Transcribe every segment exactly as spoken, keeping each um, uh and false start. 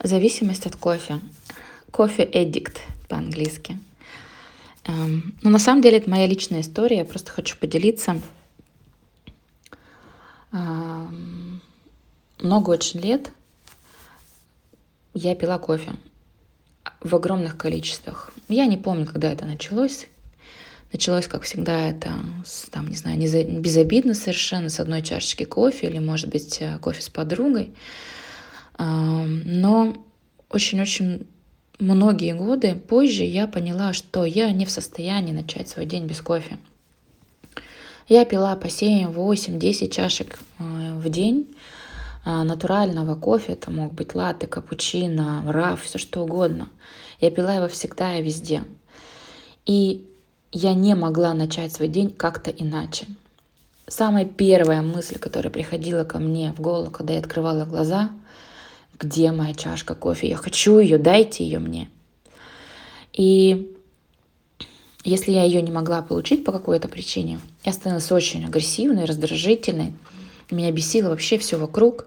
Зависимость от кофе. Кофе addict по-английски. Эм, но на самом деле это моя личная история. Я просто хочу поделиться. Ам, Много очень лет я пила кофе в огромных количествах. Я не помню, когда это началось. Началось, как всегда, это, с, там, не знаю, не за- безобидно совершенно, с одной чашечки кофе или, может быть, э, кофе с подругой. Ам, Но очень-очень многие годы позже я поняла, что я не в состоянии начать свой день без кофе. Я пила по семь, восемь, десять чашек э, в день а, натурального кофе. Это мог быть латте, капучино, раф, все что угодно. Я пила его всегда и везде. И я не могла начать свой день как-то иначе. Самая первая мысль, которая приходила ко мне в голову, когда я открывала глаза: где моя чашка кофе? Я хочу ее, дайте ее мне. И если я ее не могла получить по какой-то причине, я становилась очень агрессивной, раздражительной. Меня бесило вообще все вокруг.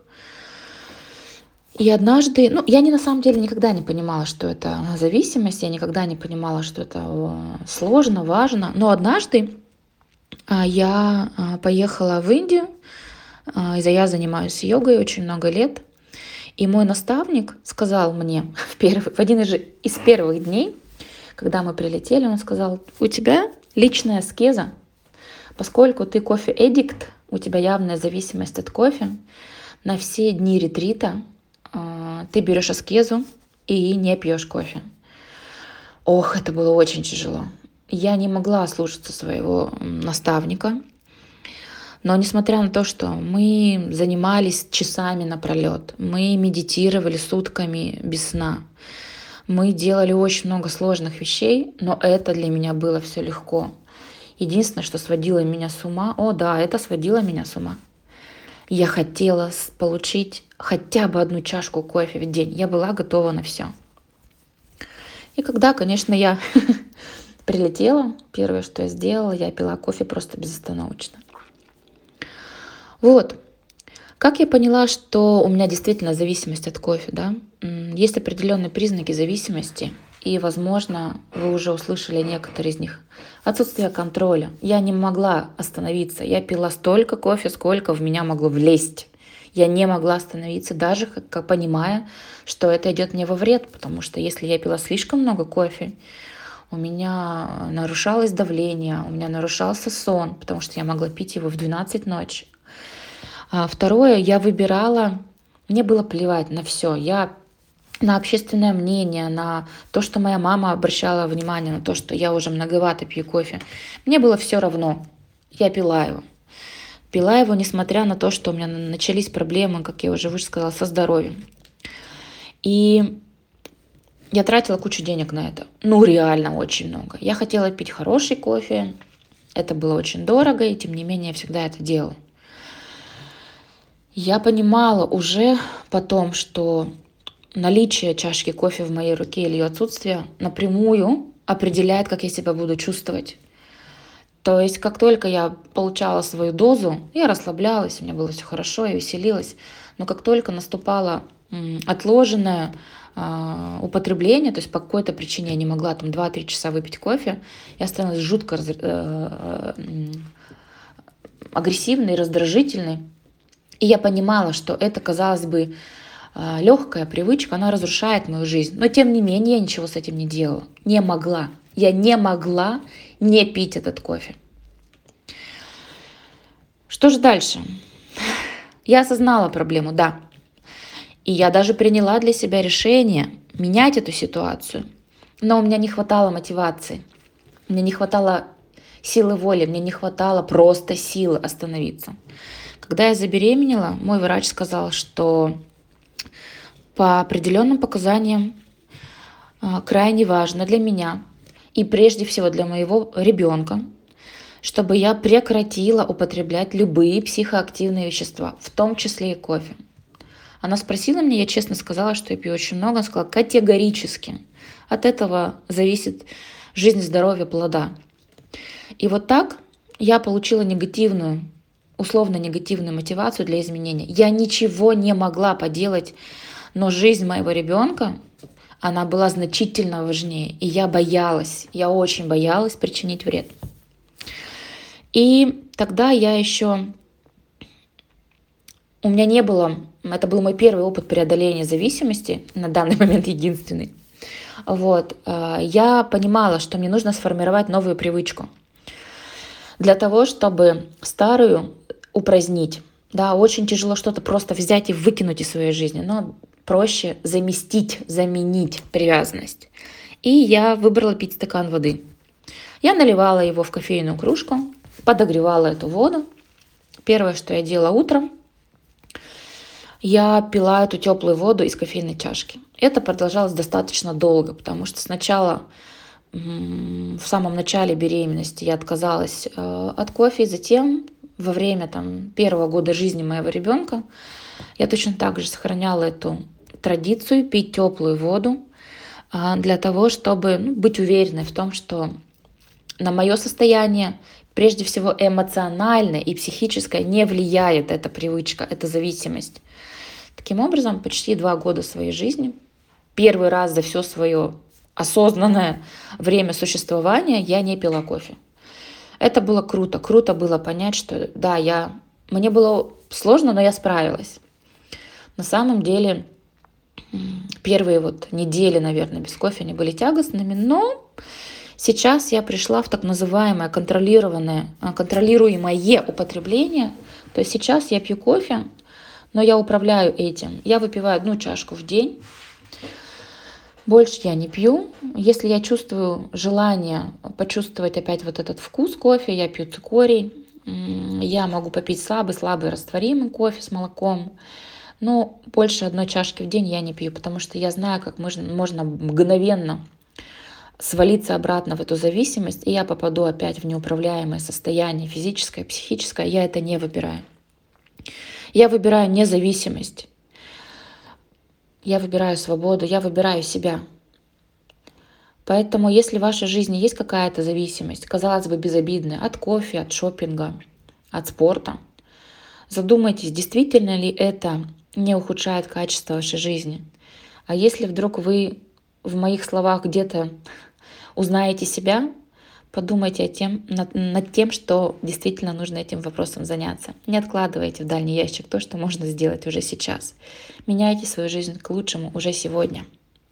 И однажды, ну, я не на самом деле никогда не понимала, что это зависимость, я никогда не понимала, что это э, сложно, важно. Но однажды а, я а, поехала в Индию, а, из-за я занимаюсь йогой очень много лет. И мой наставник сказал мне в, первый, в один из, же- из первых дней, когда мы прилетели, он сказал: у тебя личная аскеза, поскольку ты кофе-эдикт, у тебя явная зависимость от кофе, на все дни ретрита а, ты берешь аскезу и не пьешь кофе. Ох, это было очень тяжело. Я не могла слушаться своего м, наставника, но несмотря на то, что мы занимались часами напролет, мы медитировали сутками без сна, мы делали очень много сложных вещей, но это для меня было все легко. Единственное, что сводило меня с ума, о да, это сводило меня с ума. Я хотела с- получить хотя бы одну чашку кофе в день. Я была готова на все. И когда, конечно, я прилетела, первое, что я сделала, я пила кофе просто безостановочно. Вот. Как я поняла, что у меня действительно зависимость от кофе, да? М, Есть определенные признаки зависимости, и, возможно, вы уже услышали некоторые из них. Отсутствие контроля. Я не могла остановиться. Я пила столько кофе, сколько в меня могло влезть. Я не могла остановиться, даже как, как понимая, что это идет мне во вред, потому что если я пила слишком много кофе, у меня нарушалось давление, у меня нарушался сон, потому что я могла пить его в двенадцать ночи. А второе, я выбирала, мне было плевать на все. Я на общественное мнение, на то, что моя мама обращала внимание, на то, что я уже многовато пью кофе. Мне было все равно. Я пила его. Пила его, несмотря на то, что у меня начались проблемы, как я уже выше сказала, со здоровьем. И я тратила кучу денег на это. Ну, реально очень много. Я хотела пить хороший кофе. Это было очень дорого, и тем не менее я всегда это делала. Я понимала уже потом, что наличие чашки кофе в моей руке или ее отсутствие напрямую определяет, как я себя буду чувствовать. То есть, как только я получала свою дозу, я расслаблялась, у меня было все хорошо, я веселилась. Но как только наступало м, отложенное а, употребление, то есть по какой-то причине я не могла там два-три часа выпить кофе, я становилась жутко раз- э, э, м, агрессивной, раздражительной. И я понимала, что это, казалось бы, легкая привычка, она разрушает мою жизнь. Но тем не менее я ничего с этим не делала. Не могла. Я не могла не пить этот кофе. Что же дальше? Я осознала проблему, да. И я даже приняла для себя решение менять эту ситуацию. Но у меня не хватало мотивации. Мне не хватало силы воли, мне не хватало просто силы остановиться. Когда я забеременела, мой врач сказал, что по определенным показаниям а, крайне важно для меня и прежде всего для моего ребенка, чтобы я прекратила употреблять любые психоактивные вещества, в том числе и кофе. Она спросила меня, я честно сказала, что я пью очень много. Она сказала: категорически. От этого зависит жизнь и здоровье плода. И вот так я получила негативную, условно негативную мотивацию для изменения. Я ничего не могла поделать Но жизнь моего ребенка, она была значительно важнее. И я боялась, я очень боялась причинить вред. И тогда я еще... У меня не было... Это был мой первый опыт преодоления зависимости, на данный момент единственный. Вот. Я понимала, что мне нужно сформировать новую привычку. Для того, чтобы старую упразднить. Да, очень тяжело что-то просто взять и выкинуть из своей жизни, но проще заместить, заменить привязанность. И я выбрала пить стакан воды. Я наливала его в кофейную кружку, подогревала эту воду. Первое, что я делала утром, я пила эту теплую воду из кофейной чашки. Это продолжалось достаточно долго, потому что сначала, в самом начале беременности, я отказалась от кофе, и затем во время там, первого года жизни моего ребенка я точно так же сохраняла эту традицию пить теплую воду для того, чтобы ну, быть уверенной в том, что на мое состояние, прежде всего эмоциональное и психическое, не влияет эта привычка, эта зависимость. Таким образом, почти два года своей жизни, первый раз за все свое осознанное время существования я не пила кофе. Это было круто. Круто было понять, что да, я... мне было сложно, но я справилась. На самом деле, первые вот недели, наверное, без кофе, они были тягостными, но сейчас я пришла в так называемое контролированное, контролируемое употребление. То есть сейчас я пью кофе, но я управляю этим. Я выпиваю одну чашку в день. Больше я не пью. Если я чувствую желание почувствовать опять вот этот вкус кофе, я пью цикорий. Я могу попить слабый-слабый растворимый кофе с молоком. Но больше одной чашки в день я не пью, потому что я знаю, как можно, можно мгновенно свалиться обратно в эту зависимость, и я попаду опять в неуправляемое состояние физическое, психическое. Я это не выбираю. Я выбираю независимость. Я выбираю свободу, я выбираю себя. Поэтому, если в вашей жизни есть какая-то зависимость, казалось бы, безобидная, от кофе, от шопинга, от спорта, задумайтесь, действительно ли это не ухудшает качество вашей жизни. А если вдруг вы в моих словах где-то узнаете себя, подумайте о тем, над, над тем, что действительно нужно этим вопросом заняться. Не откладывайте в дальний ящик то, что можно сделать уже сейчас. Меняйте свою жизнь к лучшему уже сегодня.